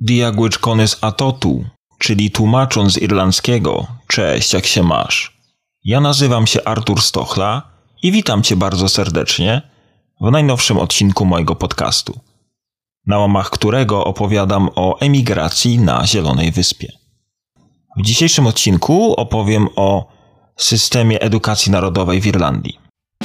Diagwycz konys atotu, czyli tłumacząc z irlandzkiego, cześć, jak się masz? Ja nazywam się Artur Stochla i witam Cię bardzo serdecznie w najnowszym odcinku mojego podcastu, na łamach którego opowiadam o emigracji na Zielonej Wyspie. W dzisiejszym odcinku opowiem o systemie edukacji narodowej w Irlandii.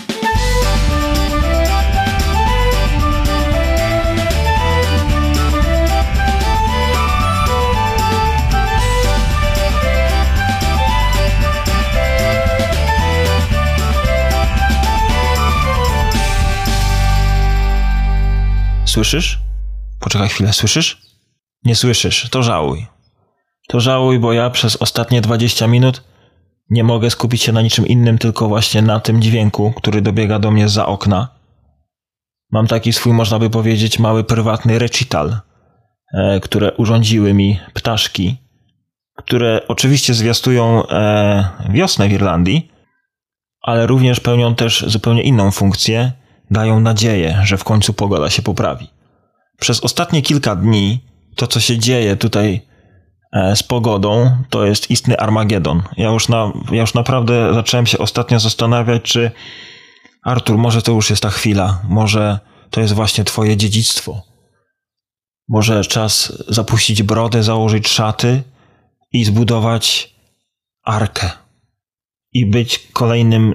Słyszysz? Poczekaj chwilę, słyszysz? Nie słyszysz, to żałuj. To żałuj, bo ja przez ostatnie 20 minut nie mogę skupić się na niczym innym, tylko właśnie na tym dźwięku, który dobiega do mnie zza okna. Mam taki swój, można by powiedzieć, mały prywatny recital, które urządziły mi ptaszki, które oczywiście zwiastują wiosnę w Irlandii, ale również pełnią też zupełnie inną funkcję. Dają nadzieję, że w końcu pogoda się poprawi. Przez ostatnie kilka dni to, co się dzieje tutaj z pogodą, to jest istny Armagedon. Ja już naprawdę zacząłem się ostatnio zastanawiać, czy Artur, może to już jest ta chwila, może to jest właśnie twoje dziedzictwo. Może czas zapuścić brodę, założyć szaty i zbudować arkę. I być kolejnym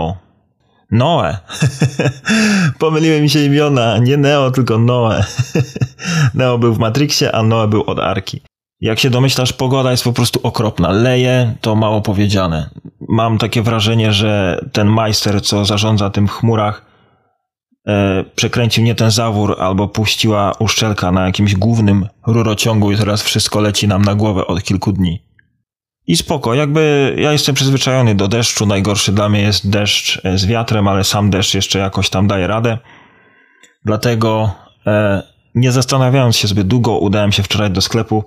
Noe. Pomyliły mi się imiona. Nie Neo, tylko Noe. Neo był w Matrixie, a Noe był od Arki. Jak się domyślasz, pogoda jest po prostu okropna. Leje, to mało powiedziane. Mam takie wrażenie, że ten majster, co zarządza tym w chmurach, przekręcił nie ten zawór, albo puściła uszczelka na jakimś głównym rurociągu i teraz wszystko leci nam na głowę od kilku dni. I spoko, jakby ja jestem przyzwyczajony do deszczu, najgorszy dla mnie jest deszcz z wiatrem, ale sam deszcz jeszcze jakoś tam daje radę. Dlatego nie zastanawiając się zbyt długo, udałem się wczoraj do sklepu,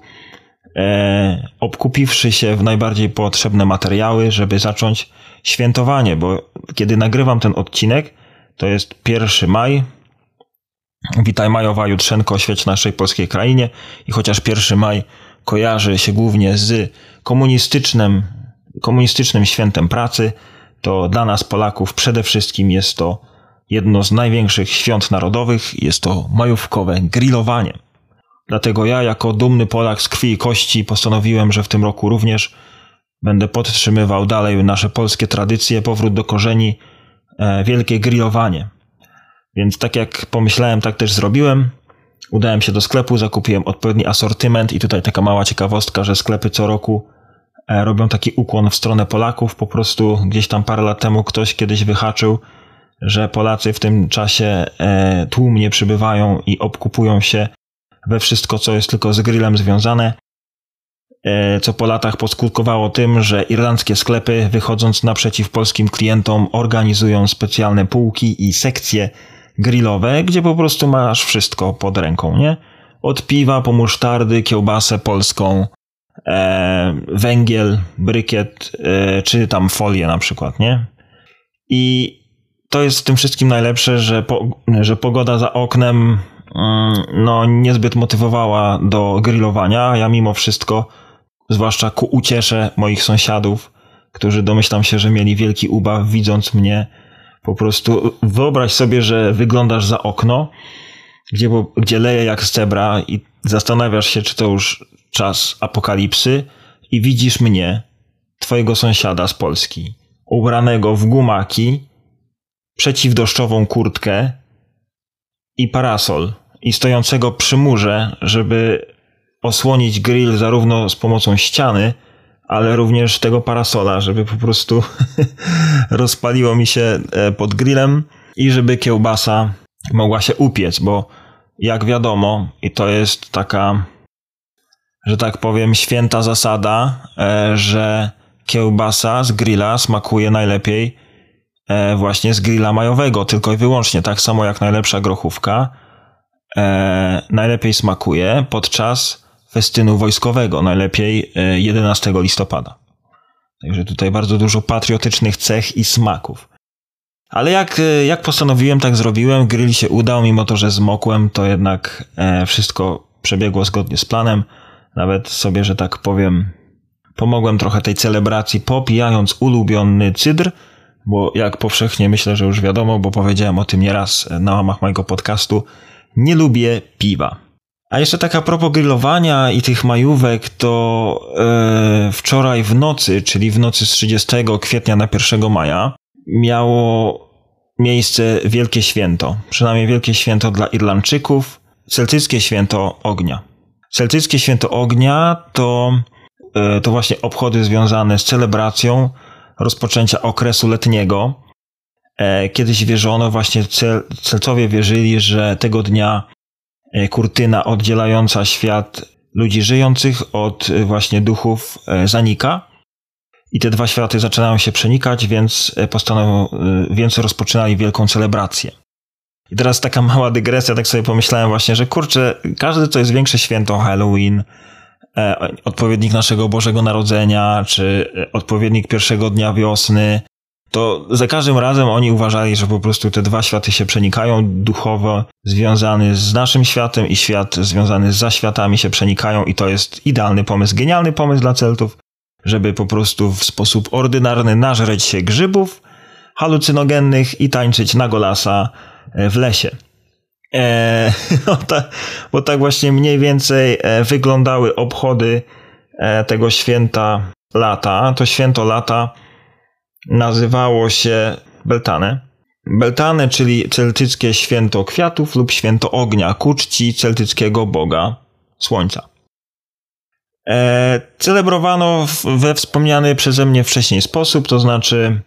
obkupiwszy się w najbardziej potrzebne materiały, żeby zacząć świętowanie, bo kiedy nagrywam ten odcinek, to jest 1 maj. Witaj majowa jutrzenko, świeć naszej polskiej krainie i chociaż 1 maj kojarzy się głównie z komunistycznym świętem pracy, to dla nas Polaków przede wszystkim jest to jedno z największych świąt narodowych, jest to majówkowe grillowanie. Dlatego ja jako dumny Polak z krwi i kości postanowiłem, że w tym roku również będę podtrzymywał dalej nasze polskie tradycje, powrót do korzeni, wielkie grillowanie. Więc tak jak pomyślałem, tak też zrobiłem. Udałem się do sklepu, zakupiłem odpowiedni asortyment i tutaj taka mała ciekawostka, że sklepy co roku robią taki ukłon w stronę Polaków. Po prostu gdzieś tam parę lat temu ktoś kiedyś wyhaczył, że Polacy w tym czasie tłumnie przybywają i obkupują się we wszystko, co jest tylko z grillem związane. Co po latach poskutkowało tym, że irlandzkie sklepy, wychodząc naprzeciw polskim klientom, organizują specjalne półki i sekcje grillowe, gdzie po prostu masz wszystko pod ręką, nie? Od piwa po musztardy, kiełbasę polską, węgiel, brykiet, czy tam folię na przykład, nie? I to jest w tym wszystkim najlepsze, że pogoda za oknem niezbyt motywowała do grillowania. Ja mimo wszystko, zwłaszcza ku uciesze moich sąsiadów, którzy domyślam się, że mieli wielki ubaw widząc mnie. Po prostu wyobraź sobie, że wyglądasz za okno, gdzie leje jak z cebra i zastanawiasz się, czy to już czas apokalipsy i widzisz mnie, twojego sąsiada z Polski, ubranego w gumaki, przeciwdeszczową kurtkę i parasol i stojącego przy murze, żeby osłonić grill zarówno z pomocą ściany, ale również tego parasola, żeby po prostu rozpaliło mi się pod grillem i żeby kiełbasa mogła się upiec, bo jak wiadomo, i to jest taka, że tak powiem, święta zasada, że kiełbasa z grilla smakuje najlepiej właśnie z grilla majowego, tylko i wyłącznie, tak samo jak najlepsza grochówka najlepiej smakuje podczas festynu wojskowego, najlepiej 11 listopada. Także tutaj bardzo dużo patriotycznych cech i smaków. Ale jak postanowiłem, tak zrobiłem. Grill się udał, mimo to, że zmokłem, to jednak wszystko przebiegło zgodnie z planem. Nawet sobie, że tak powiem, pomogłem trochę tej celebracji, popijając ulubiony cydr, bo jak powszechnie myślę, że już wiadomo, bo powiedziałem o tym nieraz na łamach mojego podcastu, nie lubię piwa. A jeszcze tak a propos grillowania i tych majówek, to wczoraj w nocy, czyli w nocy z 30 kwietnia na 1 maja, miało miejsce wielkie święto. Przynajmniej wielkie święto dla Irlandczyków. Celtyckie święto ognia. Celtyckie święto ognia to właśnie obchody związane z celebracją rozpoczęcia okresu letniego. Kiedyś wierzono, właśnie Celtowie wierzyli, że tego dnia kurtyna oddzielająca świat ludzi żyjących od właśnie duchów zanika i te dwa światy zaczynają się przenikać, więc rozpoczynali wielką celebrację. I teraz taka mała dygresja, tak sobie pomyślałem właśnie, że kurczę, każde to jest większe święto, Halloween, odpowiednik naszego Bożego Narodzenia, czy odpowiednik pierwszego dnia wiosny, to za każdym razem oni uważali, że po prostu te dwa światy się przenikają, duchowo związany z naszym światem i świat związany z zaświatami się przenikają i to jest idealny pomysł, genialny pomysł dla Celtów, żeby po prostu w sposób ordynarny nażreć się grzybów halucynogennych i tańczyć na golasa w lesie. Bo tak właśnie mniej więcej wyglądały obchody tego święta lata. To święto lata nazywało się Beltane. Beltane, czyli celtyckie święto kwiatów lub święto ognia ku czci celtyckiego boga słońca. Celebrowano we wspomniany przeze mnie wcześniej sposób, to znaczy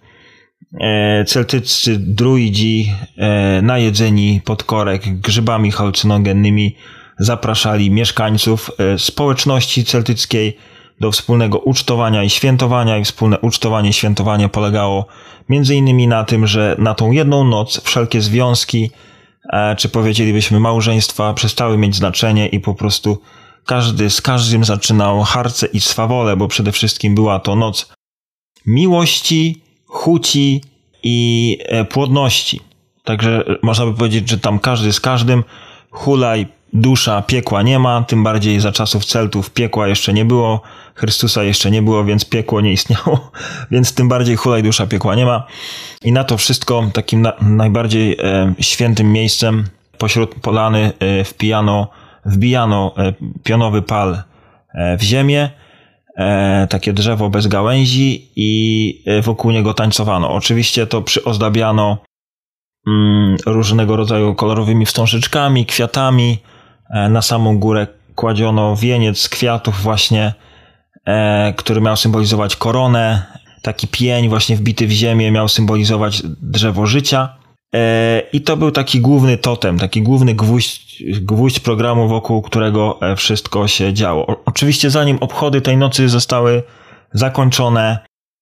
celtyccy druidzi najedzeni pod korek grzybami halucynogennymi zapraszali mieszkańców społeczności celtyckiej do wspólnego ucztowania i świętowania i wspólne ucztowanie i świętowanie polegało m.in. na tym, że na tą jedną noc wszelkie związki, czy powiedzielibyśmy małżeństwa, przestały mieć znaczenie i po prostu każdy z każdym zaczynał harce i swawole, bo przede wszystkim była to noc miłości, chuci i płodności. Także można by powiedzieć, że tam każdy z każdym hulaj dusza, piekła nie ma, tym bardziej za czasów Celtów piekła jeszcze nie było, Chrystusa jeszcze nie było, więc piekło nie istniało, więc tym bardziej hulaj dusza, piekła nie ma. I na to wszystko takim najbardziej świętym miejscem pośród polany wbijano pionowy pal w ziemię, takie drzewo bez gałęzi i wokół niego tańcowano. Oczywiście to przyozdabiano różnego rodzaju kolorowymi wstążeczkami, kwiatami. Na samą górę kładziono wieniec z kwiatów właśnie, który miał symbolizować koronę. Taki pień właśnie wbity w ziemię miał symbolizować drzewo życia. I to był taki główny totem, taki główny gwóźdź programu, wokół którego wszystko się działo. Oczywiście zanim obchody tej nocy zostały zakończone,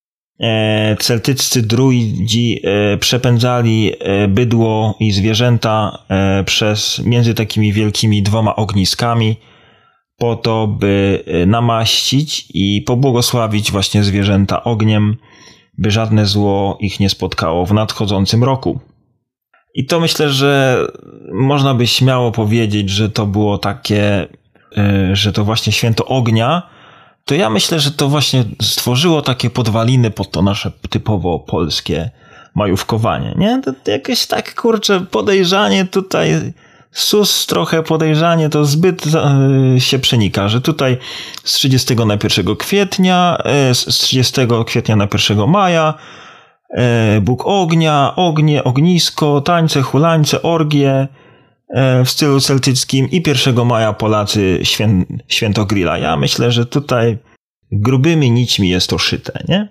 celtyccy druidzi przepędzali bydło i zwierzęta między takimi wielkimi dwoma ogniskami po to, by namaścić i pobłogosławić właśnie zwierzęta ogniem, by żadne zło ich nie spotkało w nadchodzącym roku. I to myślę, że można by śmiało powiedzieć, że to było takie, że to właśnie święto ognia, to ja myślę, że to właśnie stworzyło takie podwaliny pod to nasze typowo polskie majówkowanie, nie? To jakieś tak, kurczę, podejrzanie tutaj, trochę podejrzanie, to zbyt się przenika, że tutaj z 30 na 1 kwietnia, z 30 kwietnia na 1 maja, Bóg ognia, ognisko, tańce, hulańce, orgie w stylu celtyckim i 1 maja Polacy święto grilla. Ja myślę, że tutaj grubymi nićmi jest to szyte, nie?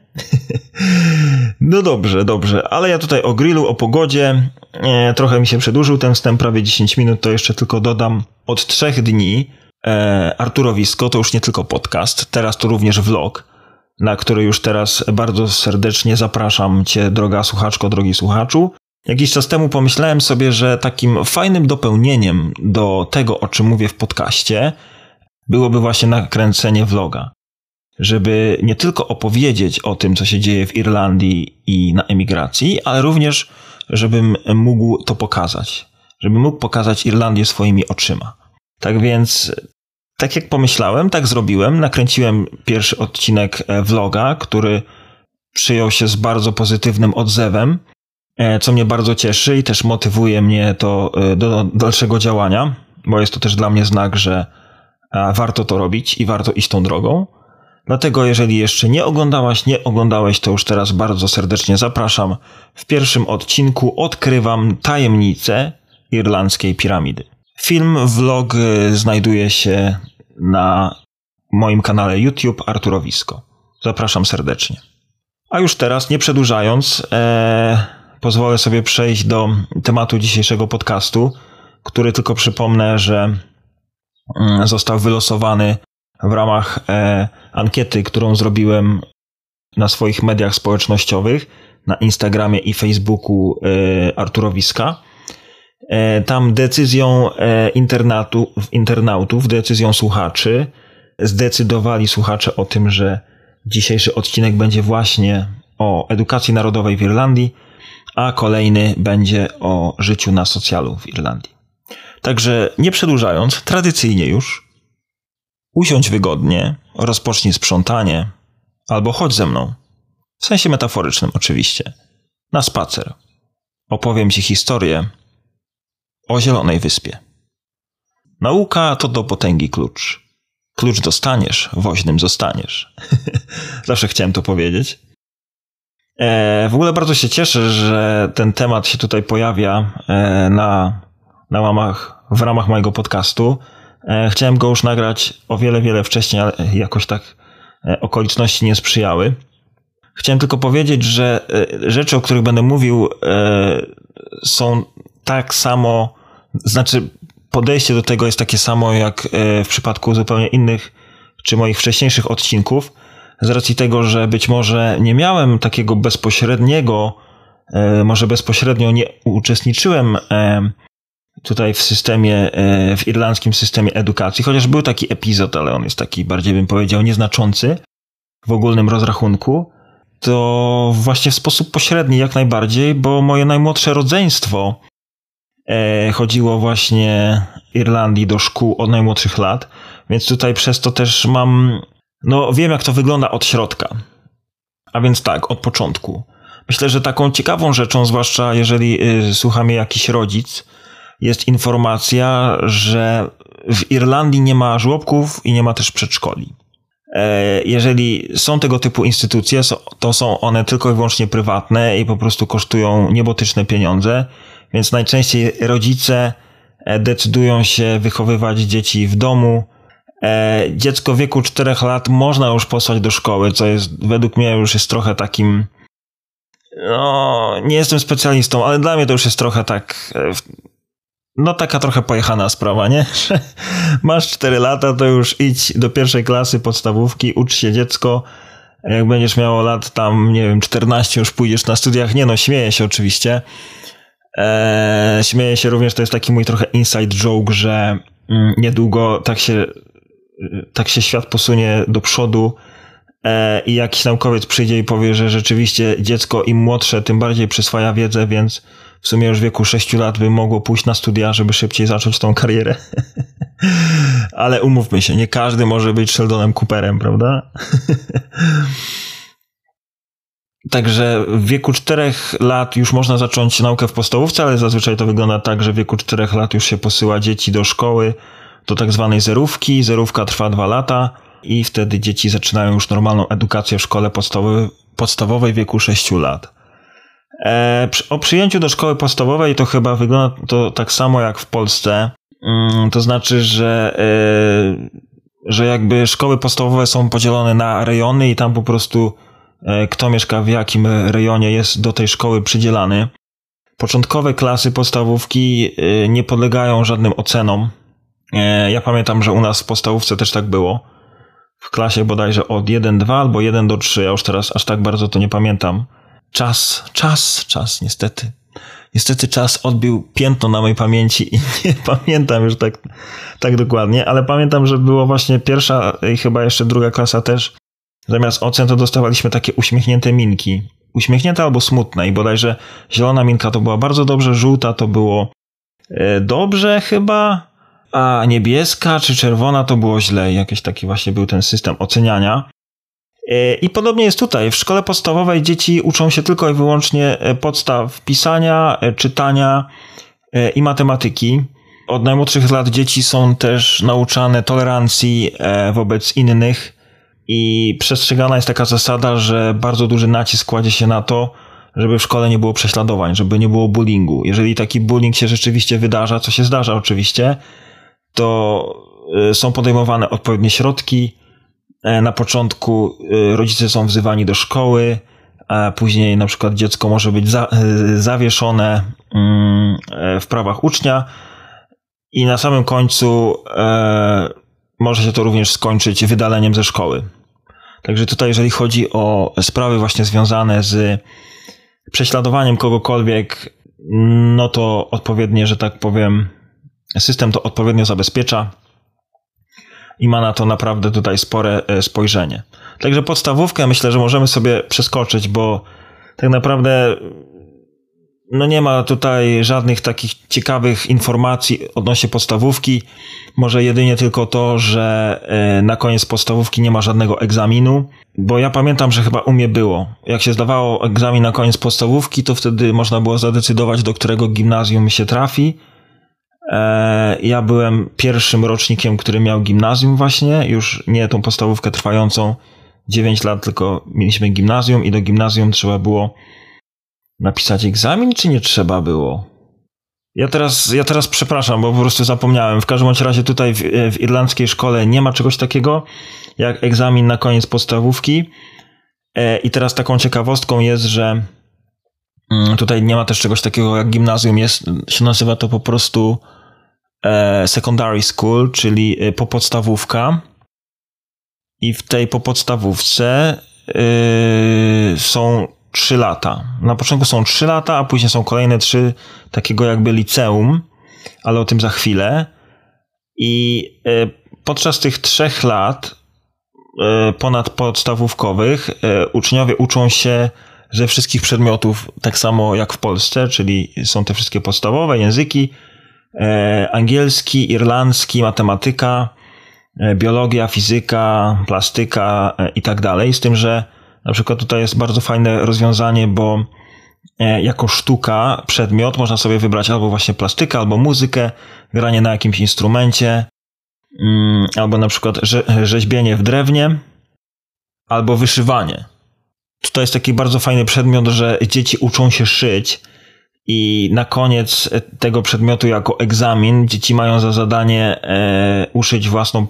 No dobrze, ale ja tutaj o grillu, o pogodzie, trochę mi się przedłużył ten wstęp, prawie 10 minut, to jeszcze tylko dodam. Od 3 dni Arturowisko to już nie tylko podcast, teraz to również vlog, na który już teraz bardzo serdecznie zapraszam Cię, droga słuchaczko, drogi słuchaczu. Jakiś czas temu pomyślałem sobie, że takim fajnym dopełnieniem do tego, o czym mówię w podcaście, byłoby właśnie nakręcenie vloga. Żeby nie tylko opowiedzieć o tym, co się dzieje w Irlandii i na emigracji, ale również, żebym mógł to pokazać. Żebym mógł pokazać Irlandię swoimi oczyma. Tak więc Tak jak pomyślałem, tak zrobiłem. Nakręciłem pierwszy odcinek vloga, który przyjął się z bardzo pozytywnym odzewem, co mnie bardzo cieszy i też motywuje mnie to do dalszego działania, bo jest to też dla mnie znak, że warto to robić i warto iść tą drogą. Dlatego jeżeli jeszcze nie oglądałeś, to już teraz bardzo serdecznie zapraszam. W pierwszym odcinku odkrywam tajemnicę irlandzkiej piramidy. Vlog znajduje się na moim kanale YouTube Arturowisko. Zapraszam serdecznie. A już teraz, nie przedłużając, pozwolę sobie przejść do tematu dzisiejszego podcastu, który tylko przypomnę, że został wylosowany w ramach ankiety, którą zrobiłem na swoich mediach społecznościowych, na Instagramie i Facebooku Arturowiska. Tam decyzją internautów, decyzją słuchaczy, zdecydowali słuchacze o tym, że dzisiejszy odcinek będzie właśnie o edukacji narodowej w Irlandii, a kolejny będzie o życiu na socjalu w Irlandii. Także nie przedłużając, tradycyjnie już, usiądź wygodnie, rozpocznij sprzątanie, albo chodź ze mną, w sensie metaforycznym oczywiście, na spacer. Opowiem ci historię o Zielonej Wyspie. Nauka to do potęgi klucz. Klucz dostaniesz, woźnym zostaniesz. Zawsze chciałem to powiedzieć. W ogóle bardzo się cieszę, że ten temat się tutaj pojawia w ramach mojego podcastu. Chciałem go już nagrać o wiele wcześniej, ale jakoś tak okoliczności nie sprzyjały. Chciałem tylko powiedzieć, że rzeczy, o których będę mówił, są tak samo, znaczy podejście do tego jest takie samo jak w przypadku zupełnie innych czy moich wcześniejszych odcinków, z racji tego, że być może nie miałem takiego może bezpośrednio nie uczestniczyłem tutaj w irlandzkim systemie edukacji, chociaż był taki epizod, ale on jest taki bardziej, bym powiedział, nieznaczący w ogólnym rozrachunku, to właśnie w sposób pośredni jak najbardziej, bo moje najmłodsze rodzeństwo chodziło właśnie w Irlandii do szkół od najmłodszych lat, więc tutaj przez to też wiem jak to wygląda od środka. A więc tak, od początku. Myślę, że taką ciekawą rzeczą, zwłaszcza jeżeli słucha mnie jakiś rodzic, jest informacja, że w Irlandii nie ma żłobków i nie ma też przedszkoli. Jeżeli są tego typu instytucje, to są one tylko i wyłącznie prywatne i po prostu kosztują niebotyczne pieniądze, więc najczęściej rodzice decydują się wychowywać dzieci w domu. Dziecko w wieku 4 lat można już posłać do szkoły, co jest według mnie już jest trochę takim, nie jestem specjalistą, ale dla mnie to już jest trochę tak, taka trochę pojechana sprawa, nie? Masz 4 lata, to już idź do 1. klasy podstawówki, ucz się dziecko, jak będziesz miało lat tam, 14, już pójdziesz na studiach. Śmieję się oczywiście. Śmieję się również, to jest taki mój trochę inside joke, że niedługo tak się świat posunie do przodu i jakiś naukowiec przyjdzie i powie, że rzeczywiście dziecko im młodsze, tym bardziej przyswaja wiedzę, więc w sumie już w wieku 6 lat by mogło pójść na studia, żeby szybciej zacząć tą karierę. Ale umówmy się, nie każdy może być Sheldonem Cooperem, prawda? Także w wieku 4 lat już można zacząć naukę w podstawówce, ale zazwyczaj to wygląda tak, że w wieku 4 lat już się posyła dzieci do szkoły, do tak zwanej zerówki. Zerówka trwa 2 lata i wtedy dzieci zaczynają już normalną edukację w szkole podstawowej w wieku 6 lat. O przyjęciu do szkoły podstawowej to chyba wygląda to tak samo jak w Polsce. To znaczy, że jakby szkoły podstawowe są podzielone na rejony i tam po prostu kto mieszka w jakim rejonie jest do tej szkoły przydzielany. Początkowe klasy podstawówki nie podlegają żadnym ocenom. Ja pamiętam, że u nas w podstawówce też tak było. W klasie bodajże od 1-2 albo 1-3. Ja już teraz aż tak bardzo to nie pamiętam. Czas, niestety. Niestety czas odbił piętno na mojej pamięci i nie pamiętam już tak dokładnie, ale pamiętam, że było właśnie 1. i chyba jeszcze 2. klasa też. Zamiast ocen to dostawaliśmy takie uśmiechnięte minki. Uśmiechnięte albo smutne i bodajże zielona minka to była bardzo dobrze, żółta to było dobrze chyba, a niebieska czy czerwona to było źle. Jakiś taki właśnie był ten system oceniania. I podobnie jest tutaj. W szkole podstawowej dzieci uczą się tylko i wyłącznie podstaw pisania, czytania i matematyki. Od najmłodszych lat dzieci są też nauczane tolerancji wobec innych i przestrzegana jest taka zasada, że bardzo duży nacisk kładzie się na to, żeby w szkole nie było prześladowań, żeby nie było bullyingu. Jeżeli taki bullying się rzeczywiście wydarza, co się zdarza oczywiście, to są podejmowane odpowiednie środki. Na początku rodzice są wzywani do szkoły, a później na przykład dziecko może być zawieszone w prawach ucznia i na samym końcu może się to również skończyć wydaleniem ze szkoły. Także tutaj jeżeli chodzi o sprawy właśnie związane z prześladowaniem kogokolwiek, no to odpowiednie, że tak powiem, system to odpowiednio zabezpiecza i ma na to naprawdę tutaj spore spojrzenie. Także podstawówkę myślę, że możemy sobie przeskoczyć, bo tak naprawdę no nie ma tutaj żadnych takich ciekawych informacji odnośnie podstawówki. Może jedynie tylko to, że na koniec podstawówki nie ma żadnego egzaminu, bo ja pamiętam, że chyba u mnie było. Jak się zdawało egzamin na koniec podstawówki, to wtedy można było zadecydować, do którego gimnazjum się trafi. Ja byłem pierwszym rocznikiem, który miał gimnazjum właśnie, już nie tą podstawówkę trwającą 9 lat, tylko mieliśmy gimnazjum i do gimnazjum trzeba było napisać egzamin, czy nie trzeba było? Ja teraz przepraszam, bo po prostu zapomniałem. W każdym razie tutaj w irlandzkiej szkole nie ma czegoś takiego jak egzamin na koniec podstawówki. I teraz taką ciekawostką jest, że tutaj nie ma też czegoś takiego jak gimnazjum. Się nazywa to po prostu secondary school, czyli popodstawówka. I w tej popodstawówce są 3 lata. Na początku są 3 lata, a później są kolejne 3 takiego jakby liceum, ale o tym za chwilę. I podczas tych 3 lat ponadpodstawówkowych uczniowie uczą się ze wszystkich przedmiotów tak samo jak w Polsce, czyli są te wszystkie podstawowe języki, angielski, irlandzki, matematyka, biologia, fizyka, plastyka i tak dalej. Z tym, że na przykład tutaj jest bardzo fajne rozwiązanie, bo jako sztuka, przedmiot można sobie wybrać albo właśnie plastykę, albo muzykę, granie na jakimś instrumencie, albo na przykład rzeźbienie w drewnie, albo wyszywanie. Tutaj jest taki bardzo fajny przedmiot, że dzieci uczą się szyć i na koniec tego przedmiotu jako egzamin dzieci mają za zadanie uszyć własną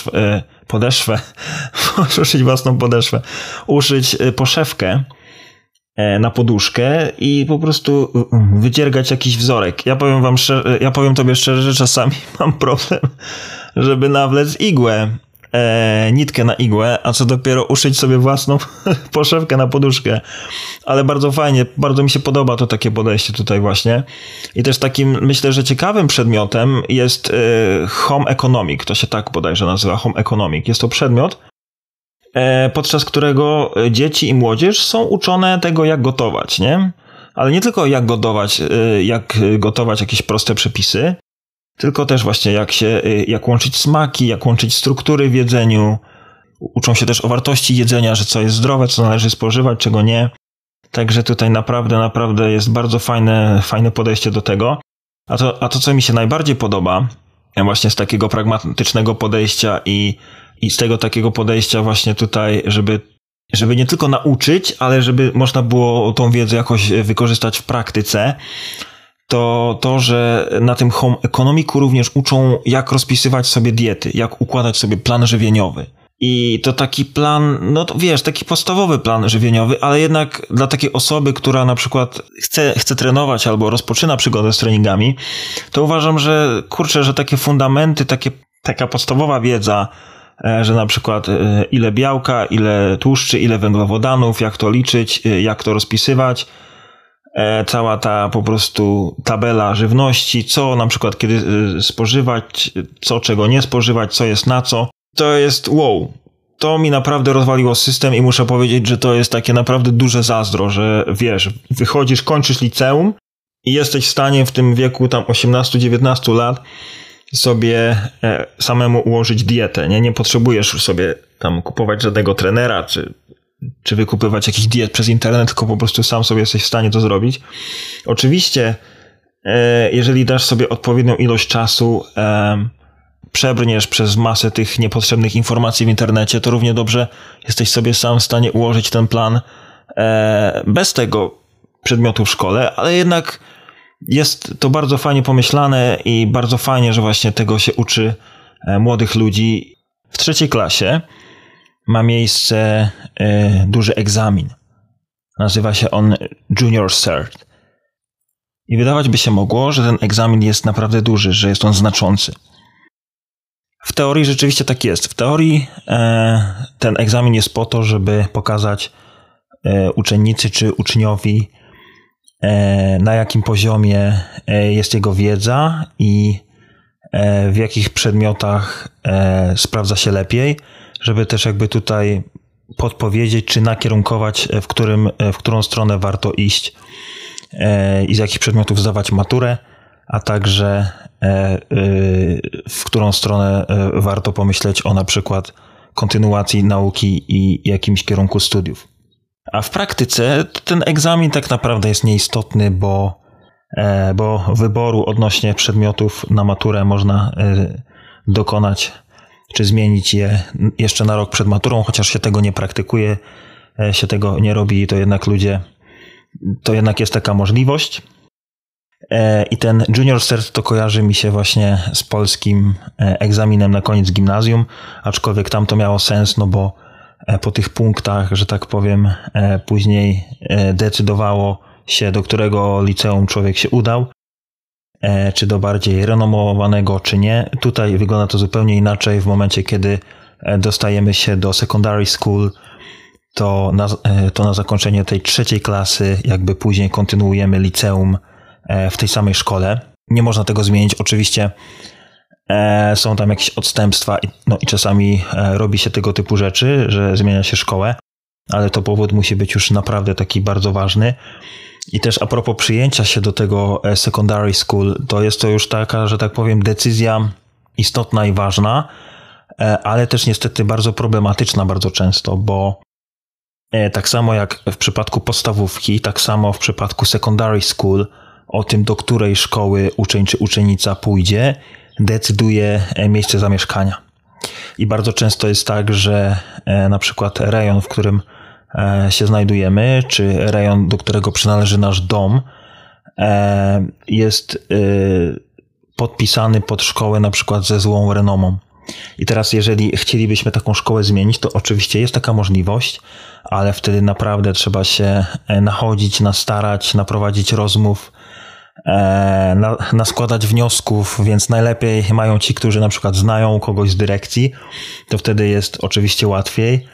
uszyć poszewkę na poduszkę i po prostu wydziergać jakiś wzorek. Ja powiem tobie szczerze, że czasami mam problem, żeby nawlec igłę, nitkę na igłę, a co dopiero uszyć sobie własną poszewkę na poduszkę. Ale bardzo fajnie, bardzo mi się podoba to takie podejście tutaj właśnie. I też takim, myślę, że ciekawym przedmiotem jest home economic. To się tak bodajże nazywa, home economic. Jest to przedmiot, podczas którego dzieci i młodzież są uczone tego, jak gotować, nie? Ale nie tylko jak gotować jakieś proste przepisy, tylko też właśnie jak łączyć smaki, jak łączyć struktury w jedzeniu. Uczą się też o wartości jedzenia, że co jest zdrowe, co należy spożywać, czego nie. Także tutaj naprawdę jest bardzo fajne podejście do tego. A to, co mi się najbardziej podoba, właśnie z takiego pragmatycznego podejścia i z tego takiego podejścia właśnie tutaj, żeby nie tylko nauczyć, ale żeby można było tą wiedzę jakoś wykorzystać w praktyce, to, że na tym home economicu również uczą, jak rozpisywać sobie diety, jak układać sobie plan żywieniowy. I to taki plan, no to wiesz, taki podstawowy plan żywieniowy, ale jednak dla takiej osoby, która na przykład chce trenować albo rozpoczyna przygodę z treningami, to uważam, że że takie fundamenty, taka podstawowa wiedza, że na przykład ile białka, ile tłuszczy, ile węglowodanów, jak to liczyć, jak to rozpisywać, cała ta po prostu tabela żywności, co na przykład kiedy spożywać, co czego nie spożywać, co jest na co. To jest wow. To mi naprawdę rozwaliło system i muszę powiedzieć, że to jest takie naprawdę duże zazdro, że wiesz, wychodzisz, kończysz liceum i jesteś w stanie w tym wieku tam 18-19 lat sobie samemu ułożyć dietę. Nie potrzebujesz sobie tam kupować żadnego trenera, czy wykupywać jakiś diet przez internet, tylko po prostu sam sobie jesteś w stanie to zrobić. Oczywiście, jeżeli dasz sobie odpowiednią ilość czasu, przebrniesz przez masę tych niepotrzebnych informacji w internecie, to równie dobrze jesteś sobie sam w stanie ułożyć ten plan bez tego przedmiotu w szkole, ale jednak jest to bardzo fajnie pomyślane i bardzo fajnie, że właśnie tego się uczy młodych ludzi. W 3. klasie ma miejsce duży egzamin. Nazywa się on Junior Cert. I wydawać by się mogło, że ten egzamin jest naprawdę duży, że jest on znaczący. W teorii rzeczywiście tak jest. W teorii ten egzamin jest po to, żeby pokazać uczennicy czy uczniowi, na jakim poziomie jest jego wiedza i w jakich przedmiotach sprawdza się lepiej, żeby też jakby tutaj podpowiedzieć czy nakierunkować, w którą stronę warto iść i z jakich przedmiotów zdawać maturę, a także w którą stronę warto pomyśleć o na przykład kontynuacji nauki i jakimś kierunku studiów. A w praktyce ten egzamin tak naprawdę jest nieistotny, bo wyboru odnośnie przedmiotów na maturę można dokonać czy zmienić je jeszcze na rok przed maturą, chociaż się tego nie praktykuje, się tego nie robi, to jednak jest taka możliwość. I ten Junior Cert to kojarzy mi się właśnie z polskim egzaminem na koniec gimnazjum, aczkolwiek tam to miało sens, no bo po tych punktach, że tak powiem, później decydowało się, do którego liceum człowiek się udał, czy do bardziej renomowanego, czy nie. Tutaj wygląda to zupełnie inaczej. W momencie, kiedy dostajemy się do secondary school, to na zakończenie tej 3. klasy jakby później kontynuujemy liceum w tej samej szkole. Nie można tego zmienić. Oczywiście są tam jakieś odstępstwa i czasami robi się tego typu rzeczy, że zmienia się szkołę, ale to powód musi być już naprawdę taki bardzo ważny. I też a propos przyjęcia się do tego secondary school, to jest to już taka, że tak powiem, decyzja istotna i ważna, ale też niestety bardzo problematyczna bardzo często, bo tak samo jak w przypadku podstawówki, tak samo w przypadku secondary school o tym, do której szkoły uczeń czy uczennica pójdzie, decyduje miejsce zamieszkania. I bardzo często jest tak, że na przykład rejon, w którym się znajdujemy, czy rejon, do którego przynależy nasz dom, jest podpisany pod szkołę na przykład ze złą renomą. I teraz jeżeli chcielibyśmy taką szkołę zmienić, to oczywiście jest taka możliwość, ale wtedy naprawdę trzeba się nachodzić, nastarać, naprowadzić rozmów, naskładać wniosków, więc najlepiej mają ci, którzy na przykład znają kogoś z dyrekcji, to wtedy jest oczywiście łatwiej.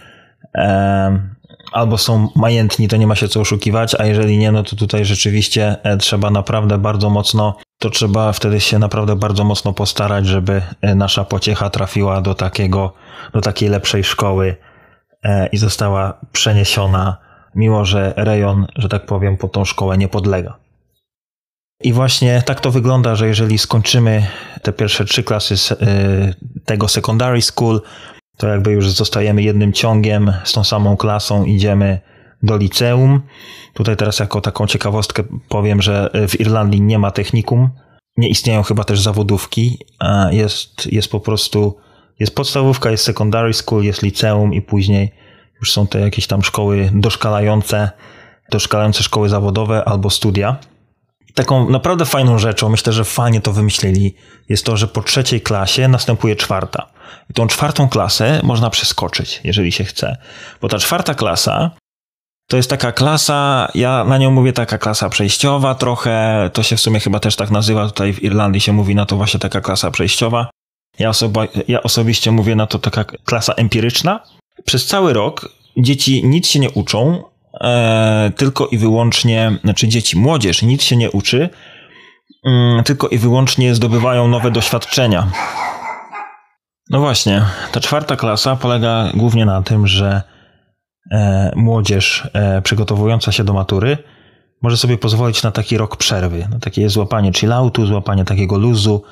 Albo są majętni, to nie ma się co oszukiwać, a jeżeli nie, no to tutaj rzeczywiście trzeba naprawdę bardzo mocno, trzeba wtedy się naprawdę bardzo mocno postarać, żeby nasza pociecha trafiła do takiej lepszej szkoły i została przeniesiona, mimo że rejon, że tak powiem, pod tą szkołę nie podlega. I właśnie tak to wygląda, że jeżeli skończymy te pierwsze 3 klasy tego secondary school, to jakby już zostajemy jednym ciągiem z tą samą klasą, idziemy do liceum. Tutaj teraz jako taką ciekawostkę powiem, że w Irlandii nie ma technikum, nie istnieją chyba też zawodówki, a jest po prostu, jest podstawówka, jest secondary school, jest liceum i później już są te jakieś tam szkoły doszkalające szkoły zawodowe albo studia. Taką naprawdę fajną rzeczą, myślę, że fajnie to wymyślili, jest to, że po 3. klasie następuje 4. I tą 4. klasę można przeskoczyć, jeżeli się chce. Bo ta 4. klasa to jest taka klasa, ja na nią mówię taka klasa przejściowa trochę, to się w sumie chyba też tak nazywa, tutaj w Irlandii się mówi na to właśnie taka klasa przejściowa. Ja osobiście mówię na to taka klasa empiryczna. Przez cały rok dzieci nic się nie uczą, tylko i wyłącznie, młodzież nic się nie uczy, tylko i wyłącznie zdobywają nowe doświadczenia. No właśnie, ta 4. klasa polega głównie na tym, że młodzież przygotowująca się do matury może sobie pozwolić na taki rok przerwy, na takie złapanie chilloutu, złapanie takiego luzu,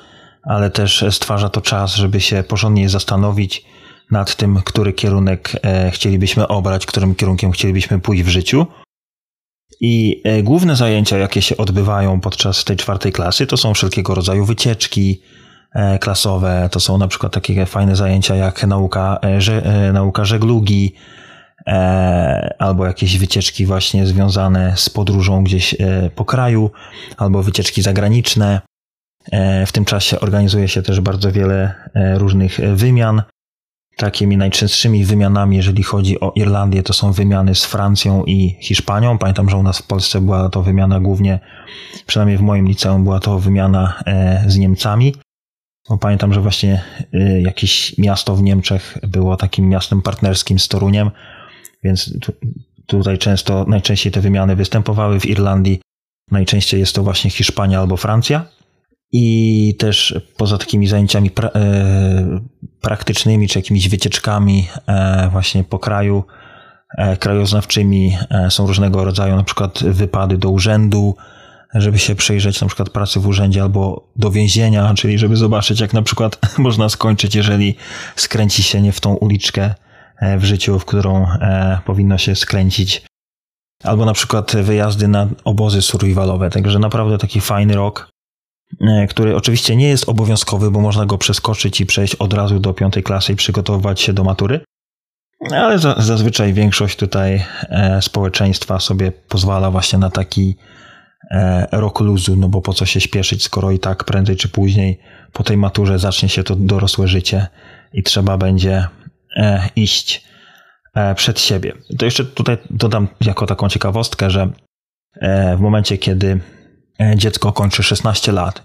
ale też stwarza to czas, żeby się porządnie zastanowić nad tym, który kierunek chcielibyśmy obrać, którym kierunkiem chcielibyśmy pójść w życiu. I główne zajęcia, jakie się odbywają podczas tej 4. klasy, to są wszelkiego rodzaju wycieczki klasowe, to są na przykład takie fajne zajęcia jak nauka żeglugi, albo jakieś wycieczki właśnie związane z podróżą gdzieś po kraju, albo wycieczki zagraniczne. W tym czasie organizuje się też bardzo wiele różnych wymian. Takimi najczęstszymi wymianami, jeżeli chodzi o Irlandię, to są wymiany z Francją i Hiszpanią. Pamiętam, że u nas w Polsce była to wymiana głównie, przynajmniej w moim liceum, była to wymiana z Niemcami. Bo pamiętam, że właśnie jakieś miasto w Niemczech było takim miastem partnerskim z Toruniem, więc tutaj najczęściej te wymiany występowały. W Irlandii najczęściej jest to właśnie Hiszpania albo Francja. I też poza takimi zajęciami praktycznymi, czy jakimiś wycieczkami właśnie po kraju, krajoznawczymi, są różnego rodzaju na przykład wypady do urzędu, żeby się przyjrzeć na przykład pracy w urzędzie, albo do więzienia, czyli żeby zobaczyć, jak na przykład można skończyć, jeżeli skręci się nie w tą uliczkę w życiu, w którą powinno się skręcić. Albo na przykład wyjazdy na obozy survivalowe. Także naprawdę taki fajny rok, który oczywiście nie jest obowiązkowy, bo można go przeskoczyć i przejść od razu do 5. klasy i przygotowywać się do matury. Ale zazwyczaj większość tutaj społeczeństwa sobie pozwala właśnie na taki rok luzu, no bo po co się śpieszyć, skoro i tak prędzej czy później po tej maturze zacznie się to dorosłe życie i trzeba będzie iść przed siebie. To jeszcze tutaj dodam jako taką ciekawostkę, że w momencie, kiedy dziecko kończy 16 lat,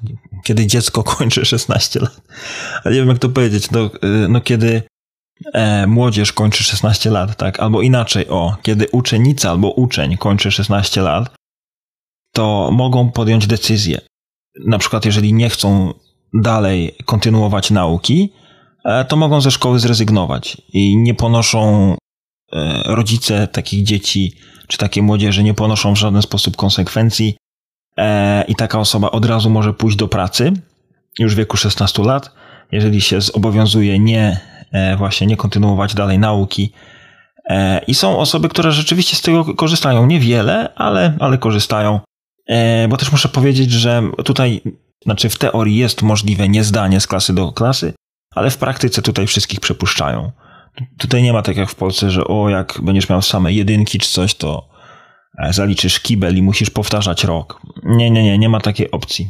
ale nie wiem jak to powiedzieć, no kiedy młodzież kończy 16 lat, tak, albo inaczej, kiedy uczennica albo uczeń kończy 16 lat, to mogą podjąć decyzję. Na przykład jeżeli nie chcą dalej kontynuować nauki, to mogą ze szkoły zrezygnować i nie ponoszą rodzice takich dzieci czy takiej młodzieży nie ponoszą w żaden sposób konsekwencji i taka osoba od razu może pójść do pracy już w wieku 16 lat, jeżeli się zobowiązuje nie kontynuować dalej nauki. I są osoby, które rzeczywiście z tego korzystają. Niewiele, ale korzystają. Bo też muszę powiedzieć, że tutaj, w teorii jest możliwe niezdanie z klasy do klasy, ale w praktyce tutaj wszystkich przepuszczają. Tutaj nie ma tak jak w Polsce, że jak będziesz miał same jedynki czy coś, to zaliczysz kibel i musisz powtarzać rok. Nie ma takiej opcji.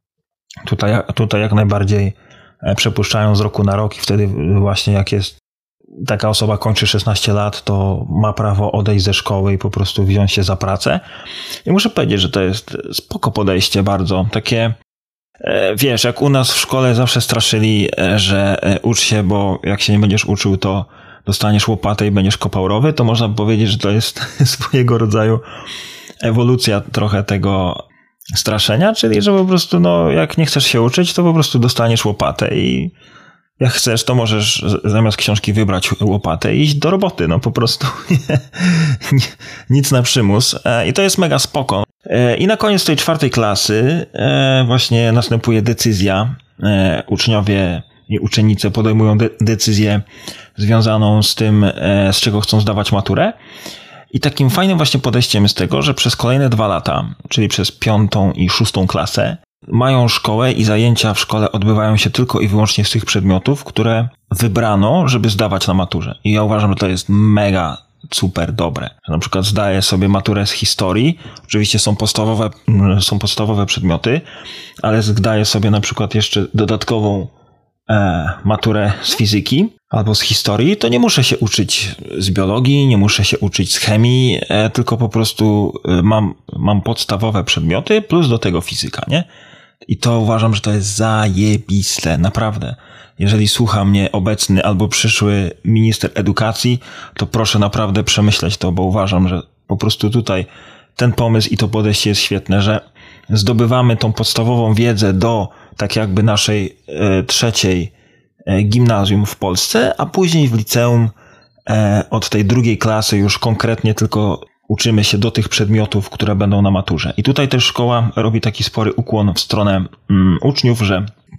Tutaj jak najbardziej przepuszczają z roku na rok i wtedy właśnie jak jest taka osoba kończy 16 lat, to ma prawo odejść ze szkoły i po prostu wziąć się za pracę. I muszę powiedzieć, że to jest spoko podejście bardzo. Takie, wiesz, jak u nas w szkole zawsze straszyli, że ucz się, bo jak się nie będziesz uczył, to dostaniesz łopatę i będziesz kopał rowy, to można powiedzieć, że to jest swojego rodzaju ewolucja trochę tego straszenia, czyli że po prostu jak nie chcesz się uczyć, to po prostu dostaniesz łopatę i jak chcesz, to możesz zamiast książki wybrać łopatę i iść do roboty, po prostu nic na przymus i to jest mega spoko. I na koniec tej 4. klasy właśnie następuje decyzja, uczniowie i uczennice podejmują decyzję związaną z tym, z czego chcą zdawać maturę. I takim fajnym właśnie podejściem jest tego, że przez kolejne 2 lata, czyli przez 5. i 6. klasę, mają szkołę i zajęcia w szkole odbywają się tylko i wyłącznie z tych przedmiotów, które wybrano, żeby zdawać na maturze. I ja uważam, że to jest mega super dobre. Na przykład zdaję sobie maturę z historii, oczywiście są podstawowe przedmioty, ale zdaję sobie na przykład jeszcze dodatkową maturę z fizyki albo z historii, to nie muszę się uczyć z biologii, nie muszę się uczyć z chemii, tylko po prostu mam podstawowe przedmioty plus do tego fizyka, nie? I to uważam, że to jest zajebiste, naprawdę. Jeżeli słucha mnie obecny albo przyszły minister edukacji, to proszę naprawdę przemyśleć to, bo uważam, że po prostu tutaj ten pomysł i to podejście jest świetne, że zdobywamy tą podstawową wiedzę do tak jakby naszej 3. gimnazjum w Polsce, a później w liceum od tej 2. klasy już konkretnie tylko uczymy się do tych przedmiotów, które będą na maturze. I tutaj też szkoła robi taki spory ukłon w stronę uczniów, że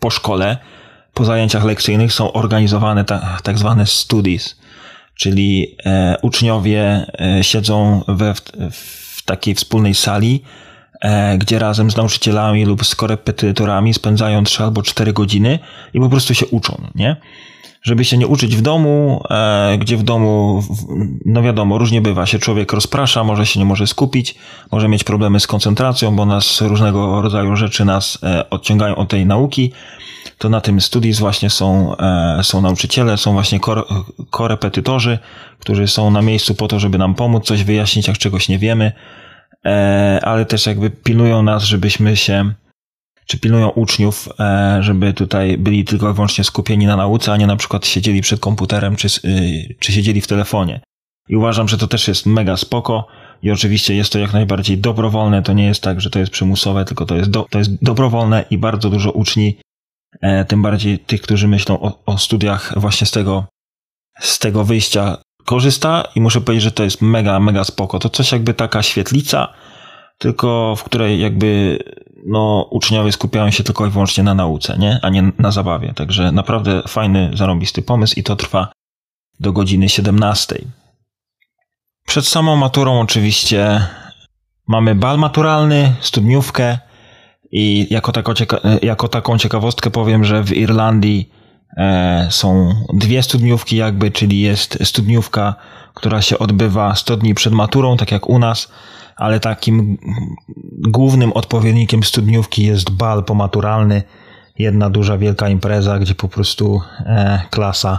po szkole, po zajęciach lekcyjnych są organizowane tak zwane studies, czyli uczniowie siedzą w takiej wspólnej sali, gdzie razem z nauczycielami lub z korepetytorami spędzają 3 albo 4 godziny i po prostu się uczą, nie? Żeby się nie uczyć w domu, gdzie w domu, no wiadomo, różnie bywa, się człowiek rozprasza, może się nie może skupić, może mieć problemy z koncentracją, bo różnego rodzaju rzeczy nas odciągają od tej nauki. To na tym studies właśnie są nauczyciele, są właśnie korepetytorzy, którzy są na miejscu po to, żeby nam pomóc, coś wyjaśnić, jak czegoś nie wiemy, ale też jakby pilnują nas, czy pilnują uczniów, żeby tutaj byli tylko i wyłącznie skupieni na nauce, a nie na przykład siedzieli przed komputerem, czy siedzieli w telefonie. I uważam, że to też jest mega spoko i oczywiście jest to jak najbardziej dobrowolne, to nie jest tak, że to jest przymusowe, tylko to jest dobrowolne i bardzo dużo uczni, tym bardziej tych, którzy myślą o studiach właśnie z tego wyjścia korzysta i muszę powiedzieć, że to jest mega, mega spoko. To coś jakby taka świetlica, tylko w której jakby uczniowie skupiają się tylko i wyłącznie na nauce, nie? A nie na zabawie. Także naprawdę fajny, zarąbisty pomysł i to trwa do godziny 17. Przed samą maturą oczywiście mamy bal maturalny, studniówkę i jako taką ciekawostkę powiem, że w Irlandii są 2 studniówki jakby, czyli jest studniówka, która się odbywa 100 dni przed maturą, tak jak u nas, ale takim głównym odpowiednikiem studniówki jest bal pomaturalny, jedna duża, wielka impreza, gdzie po prostu klasa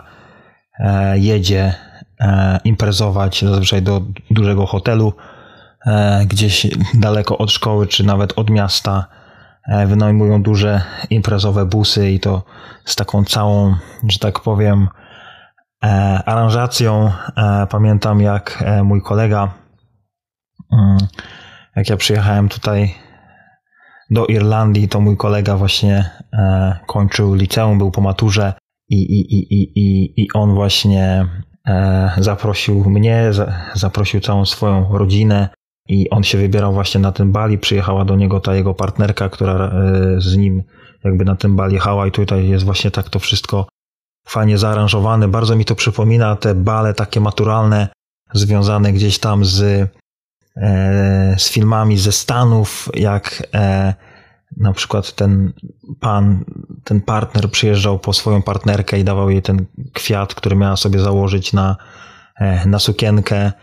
jedzie imprezować zazwyczaj do dużego hotelu, gdzieś daleko od szkoły, czy nawet od miasta. Wynajmują duże imprezowe busy i to z taką całą, że tak powiem, aranżacją. Pamiętam, jak mój kolega, jak ja przyjechałem tutaj do Irlandii, to mój kolega właśnie kończył liceum, był po maturze i on właśnie zaprosił mnie, zaprosił całą swoją rodzinę i on się wybierał właśnie na ten bal i przyjechała do niego ta jego partnerka, która z nim jakby na ten bal jechała i tutaj jest właśnie tak to wszystko fajnie zaaranżowane. Bardzo mi to przypomina te bale takie maturalne związane gdzieś tam z filmami ze Stanów, jak na przykład ten partner przyjeżdżał po swoją partnerkę i dawał jej ten kwiat, który miała sobie założyć na sukienkę.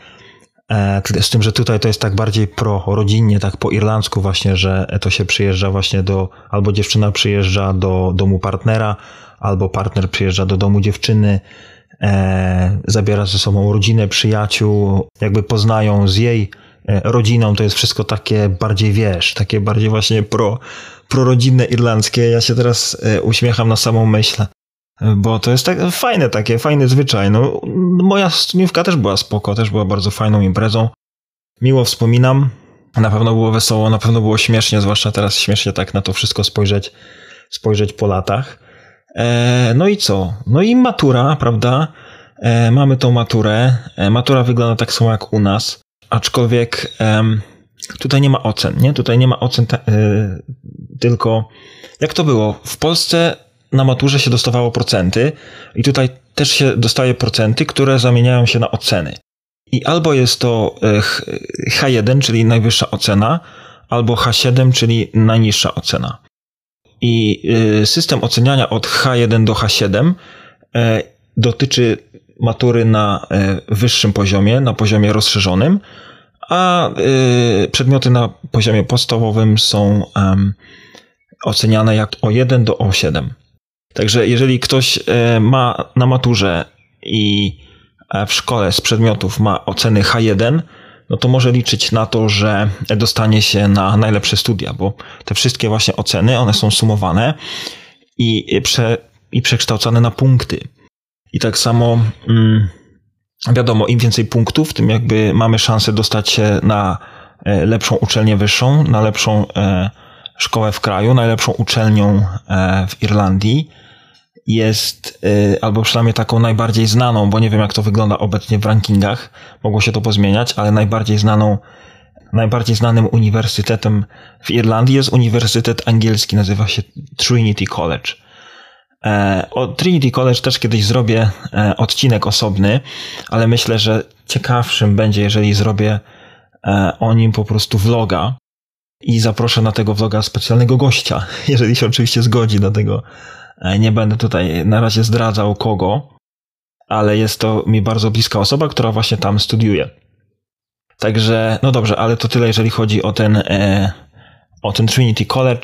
Z tym, że tutaj to jest tak bardziej prorodzinnie, tak po irlandzku właśnie, że to się przyjeżdża właśnie albo dziewczyna przyjeżdża do domu partnera, albo partner przyjeżdża do domu dziewczyny, zabiera ze sobą rodzinę, przyjaciół, jakby poznają z jej rodziną, to jest wszystko takie bardziej, takie bardziej właśnie prorodzinne irlandzkie. Ja się teraz uśmiecham na samą myśl, bo to jest tak fajny zwyczaj. Moja studniówka też była spoko, też była bardzo fajną imprezą. Miło wspominam. Na pewno było wesoło, na pewno było śmiesznie, zwłaszcza teraz śmiesznie tak na to wszystko spojrzeć po latach. No i co? No i matura, prawda? Mamy tą maturę. Matura wygląda tak samo jak u nas, aczkolwiek tutaj nie ma ocen, nie? Tutaj nie ma ocen, tylko jak to było? W Polsce na maturze się dostawało procenty i tutaj też się dostaje procenty, które zamieniają się na oceny. I albo jest to H1, czyli najwyższa ocena, albo H7, czyli najniższa ocena. I system oceniania od H1 do H7 dotyczy matury na wyższym poziomie, na poziomie rozszerzonym, a przedmioty na poziomie podstawowym są oceniane jak o 1 do O7. Także jeżeli ktoś ma na maturze i w szkole z przedmiotów ma oceny H1, no to może liczyć na to, że dostanie się na najlepsze studia, bo te wszystkie właśnie oceny, one są sumowane i przekształcane na punkty. I tak samo wiadomo, im więcej punktów, tym jakby mamy szansę dostać się na lepszą uczelnię wyższą, na lepszą szkołę w kraju, najlepszą uczelnią w Irlandii jest, albo przynajmniej taką najbardziej znaną, bo nie wiem jak to wygląda obecnie w rankingach, mogło się to pozmieniać, ale najbardziej znanym uniwersytetem w Irlandii jest Uniwersytet Angielski, nazywa się Trinity College. O Trinity College też kiedyś zrobię odcinek osobny, ale myślę, że ciekawszym będzie, jeżeli zrobię o nim po prostu vloga i zaproszę na tego vloga specjalnego gościa, jeżeli się oczywiście zgodzi do tego. Nie będę tutaj na razie zdradzał kogo, ale jest to mi bardzo bliska osoba, która właśnie tam studiuje. Także, no dobrze, ale to tyle, jeżeli chodzi o ten Trinity College.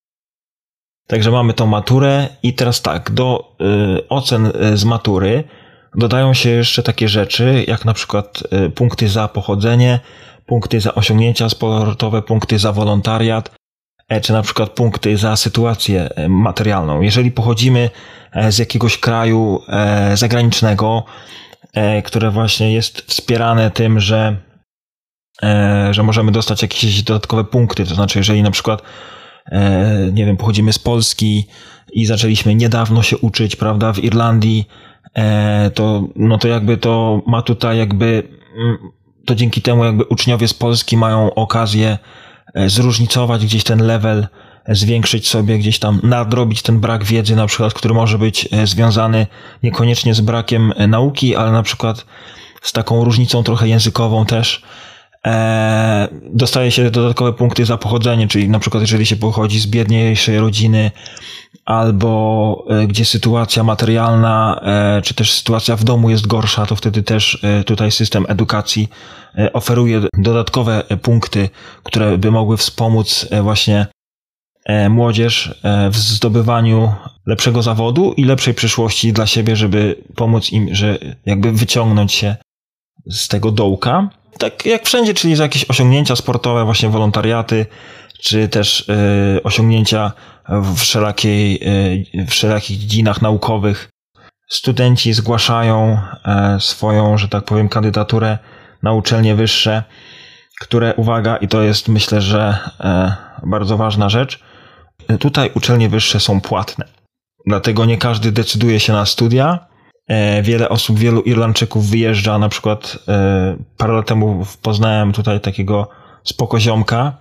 Także mamy tą maturę i teraz tak, do ocen z matury dodają się jeszcze takie rzeczy, jak na przykład punkty za pochodzenie, punkty za osiągnięcia sportowe, punkty za wolontariat, czy na przykład punkty za sytuację materialną. Jeżeli pochodzimy z jakiegoś kraju zagranicznego, które właśnie jest wspierane tym, że możemy dostać jakieś dodatkowe punkty, to znaczy jeżeli na przykład nie wiem, pochodzimy z Polski i zaczęliśmy niedawno się uczyć, prawda, w Irlandii, to jakby to ma tutaj jakby, to dzięki temu jakby uczniowie z Polski mają okazję zróżnicować gdzieś ten level, zwiększyć sobie gdzieś tam, nadrobić ten brak wiedzy na przykład, który może być związany niekoniecznie z brakiem nauki, ale na przykład z taką różnicą trochę językową też. Dostaje się dodatkowe punkty za pochodzenie, czyli na przykład jeżeli się pochodzi z biedniejszej rodziny albo gdzie sytuacja materialna czy też sytuacja w domu jest gorsza, to wtedy też tutaj system edukacji oferuje dodatkowe punkty, które by mogły wspomóc właśnie młodzież w zdobywaniu lepszego zawodu i lepszej przyszłości dla siebie, żeby pomóc im, że jakby wyciągnąć się z tego dołka. Tak jak wszędzie, czyli za jakieś osiągnięcia sportowe, właśnie wolontariaty, czy też osiągnięcia w wszelakich dziedzinach naukowych. Studenci zgłaszają swoją, że tak powiem, kandydaturę na uczelnie wyższe, które, uwaga, i to jest myślę, że bardzo ważna rzecz, tutaj uczelnie wyższe są płatne. Dlatego nie każdy decyduje się na studia. Wiele osób, wielu Irlandczyków wyjeżdża, na przykład parę lat temu poznałem tutaj takiego spokoziomka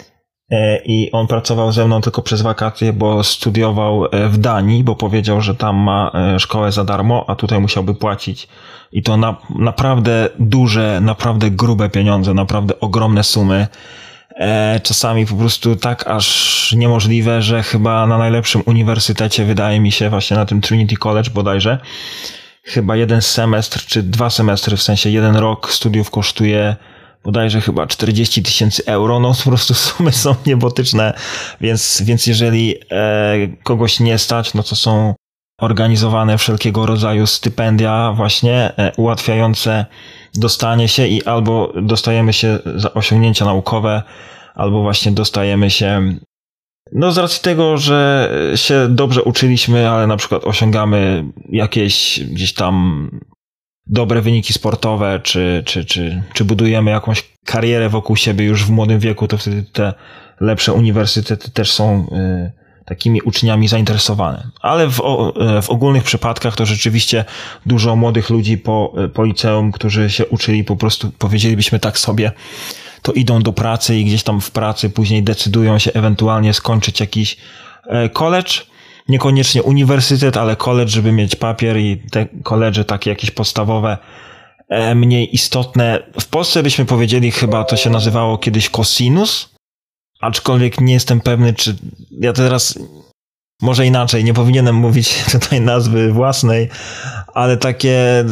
i on pracował ze mną tylko przez wakacje, bo studiował w Danii, bo powiedział, że tam ma szkołę za darmo, a tutaj musiałby płacić. I to naprawdę duże, naprawdę grube pieniądze, naprawdę ogromne sumy. Czasami po prostu tak aż niemożliwe, że chyba na najlepszym uniwersytecie, wydaje mi się, właśnie na tym Trinity College bodajże, chyba jeden semestr czy 2 semestry, w sensie 1 rok studiów kosztuje bodajże chyba 40 000 euro, no po prostu sumy są niebotyczne, więc jeżeli kogoś nie stać, no to są organizowane wszelkiego rodzaju stypendia właśnie ułatwiające dostanie się i albo dostajemy się za osiągnięcia naukowe, albo właśnie dostajemy się, no z racji tego, że się dobrze uczyliśmy, ale na przykład osiągamy jakieś gdzieś tam dobre wyniki sportowe, czy budujemy jakąś karierę wokół siebie już w młodym wieku, to wtedy te lepsze uniwersytety też są takimi uczniami zainteresowane. Ale w ogólnych przypadkach to rzeczywiście dużo młodych ludzi po liceum, którzy się uczyli, po prostu powiedzielibyśmy tak sobie, to idą do pracy i gdzieś tam w pracy później decydują się ewentualnie skończyć jakiś college, niekoniecznie uniwersytet, ale college, żeby mieć papier i te college takie jakieś podstawowe, mniej istotne. W Polsce byśmy powiedzieli, chyba to się nazywało kiedyś cosinus, aczkolwiek nie jestem pewny, czy ja teraz może inaczej, nie powinienem mówić tutaj nazwy własnej, ale takie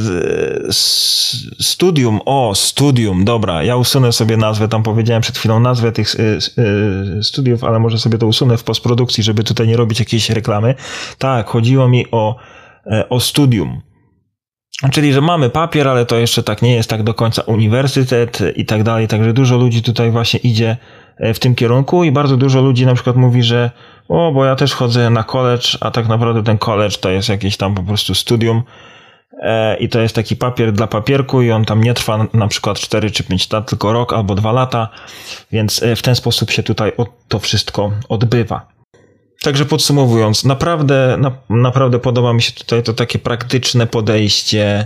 studium, dobra, ja usunę sobie nazwę, tam powiedziałem przed chwilą nazwę tych studiów, ale może sobie to usunę w postprodukcji, żeby tutaj nie robić jakiejś reklamy. Tak, chodziło mi o studium. Czyli, że mamy papier, ale to jeszcze tak nie jest tak do końca uniwersytet i tak dalej, także dużo ludzi tutaj właśnie idzie w tym kierunku i bardzo dużo ludzi na przykład mówi, że bo ja też chodzę na college, a tak naprawdę ten college to jest jakieś tam po prostu studium i to jest taki papier dla papierku i on tam nie trwa na przykład 4 czy 5 lat, tylko rok albo 2 lata, więc w ten sposób się tutaj to wszystko odbywa. Także podsumowując, naprawdę podoba mi się tutaj to takie praktyczne podejście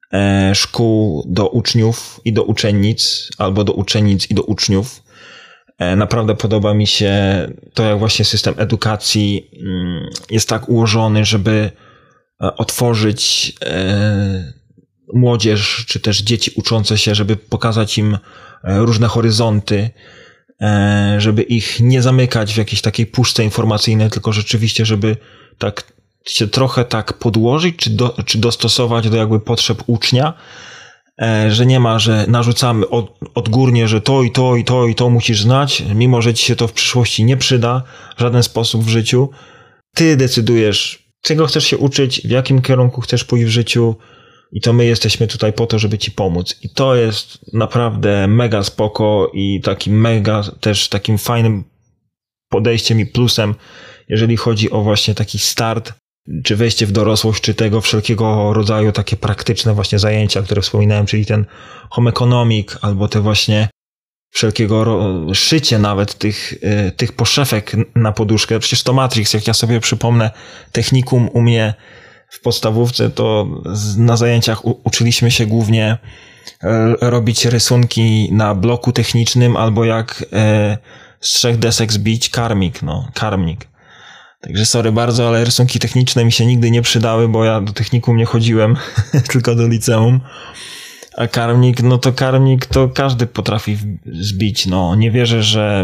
szkół do uczniów i do uczennic, albo do uczennic i do uczniów. Naprawdę podoba mi się to, jak właśnie system edukacji jest tak ułożony, żeby otworzyć młodzież, czy też dzieci uczące się, żeby pokazać im różne horyzonty, żeby ich nie zamykać w jakiejś takiej puszce informacyjnej, tylko rzeczywiście, żeby tak się trochę tak podłożyć, czy dostosować do jakby potrzeb ucznia, że nie ma, że narzucamy odgórnie, że to i to i to i to musisz znać, mimo że ci się to w przyszłości nie przyda w żaden sposób w życiu. Ty decydujesz, czego chcesz się uczyć, w jakim kierunku chcesz pójść w życiu i to my jesteśmy tutaj po to, żeby ci pomóc. I to jest naprawdę mega spoko i takim fajnym podejściem i plusem, jeżeli chodzi o właśnie taki start, czy wejście w dorosłość, czy tego wszelkiego rodzaju takie praktyczne właśnie zajęcia, które wspominałem, czyli ten home economic, albo te właśnie wszelkiego szycie nawet tych poszewek na poduszkę. Przecież to Matrix, jak ja sobie przypomnę technikum u mnie w podstawówce, to na zajęciach uczyliśmy się głównie robić rysunki na bloku technicznym, albo jak z 3 desek zbić karmnik. Także sorry bardzo, ale rysunki techniczne mi się nigdy nie przydały, bo ja do technikum nie chodziłem, tylko do liceum. A karmnik to każdy potrafi zbić. No, nie wierzę,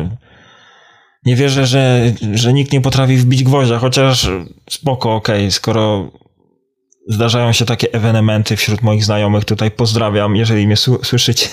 że nikt nie potrafi wbić gwoździa, chociaż spoko, okej, skoro zdarzają się takie ewenementy wśród moich znajomych, tutaj pozdrawiam, jeżeli mnie słyszycie,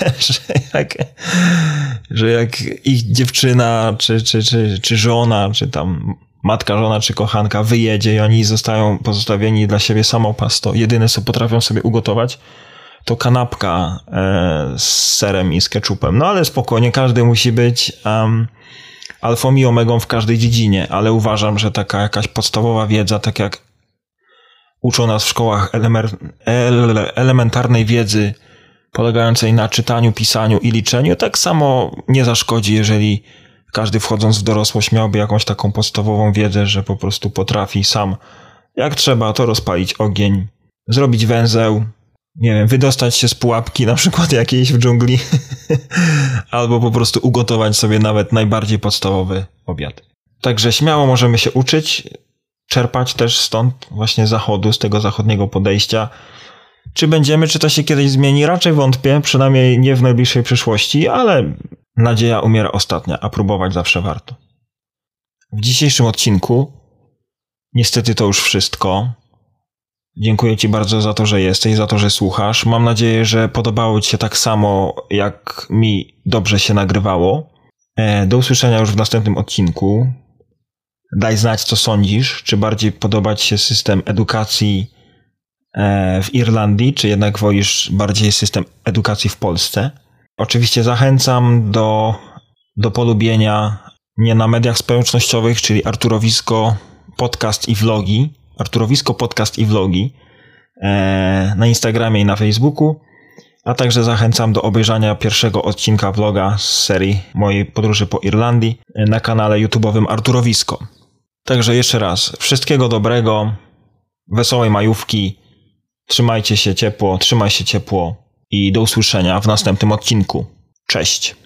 że jak ich dziewczyna, czy żona, czy tam matka, żona czy kochanka wyjedzie i oni zostają pozostawieni dla siebie samopas, to jedyne, co potrafią sobie ugotować, to kanapka z serem i z ketchupem. No ale spokojnie, każdy musi być alfą i omegą w każdej dziedzinie, ale uważam, że taka jakaś podstawowa wiedza, tak jak uczą nas w szkołach elementarnej wiedzy polegającej na czytaniu, pisaniu i liczeniu, tak samo nie zaszkodzi, jeżeli każdy wchodząc w dorosłość miałby jakąś taką podstawową wiedzę, że po prostu potrafi sam, jak trzeba, to rozpalić ogień, zrobić węzeł, nie wiem, wydostać się z pułapki na przykład jakiejś w dżungli albo po prostu ugotować sobie nawet najbardziej podstawowy obiad. Także śmiało możemy się uczyć, czerpać też stąd właśnie zachodu, z tego zachodniego podejścia. Czy to się kiedyś zmieni? Raczej wątpię, przynajmniej nie w najbliższej przyszłości, ale nadzieja umiera ostatnia, a próbować zawsze warto. W dzisiejszym odcinku niestety to już wszystko. Dziękuję Ci bardzo za to, że jesteś, za to, że słuchasz. Mam nadzieję, że podobało Ci się tak samo, jak mi dobrze się nagrywało. Do usłyszenia już w następnym odcinku. Daj znać, co sądzisz. Czy bardziej podoba Ci się system edukacji w Irlandii, czy jednak wolisz bardziej system edukacji w Polsce? Oczywiście zachęcam do polubienia mnie na mediach społecznościowych, czyli Arturowisko Podcast i Vlogi. Arturowisko Podcast i Vlogi na Instagramie i na Facebooku, a także zachęcam do obejrzenia pierwszego odcinka vloga z serii mojej podróży po Irlandii na kanale YouTube'owym Arturowisko. Także jeszcze raz, wszystkiego dobrego, wesołej majówki, trzymaj się ciepło i do usłyszenia w następnym odcinku. Cześć!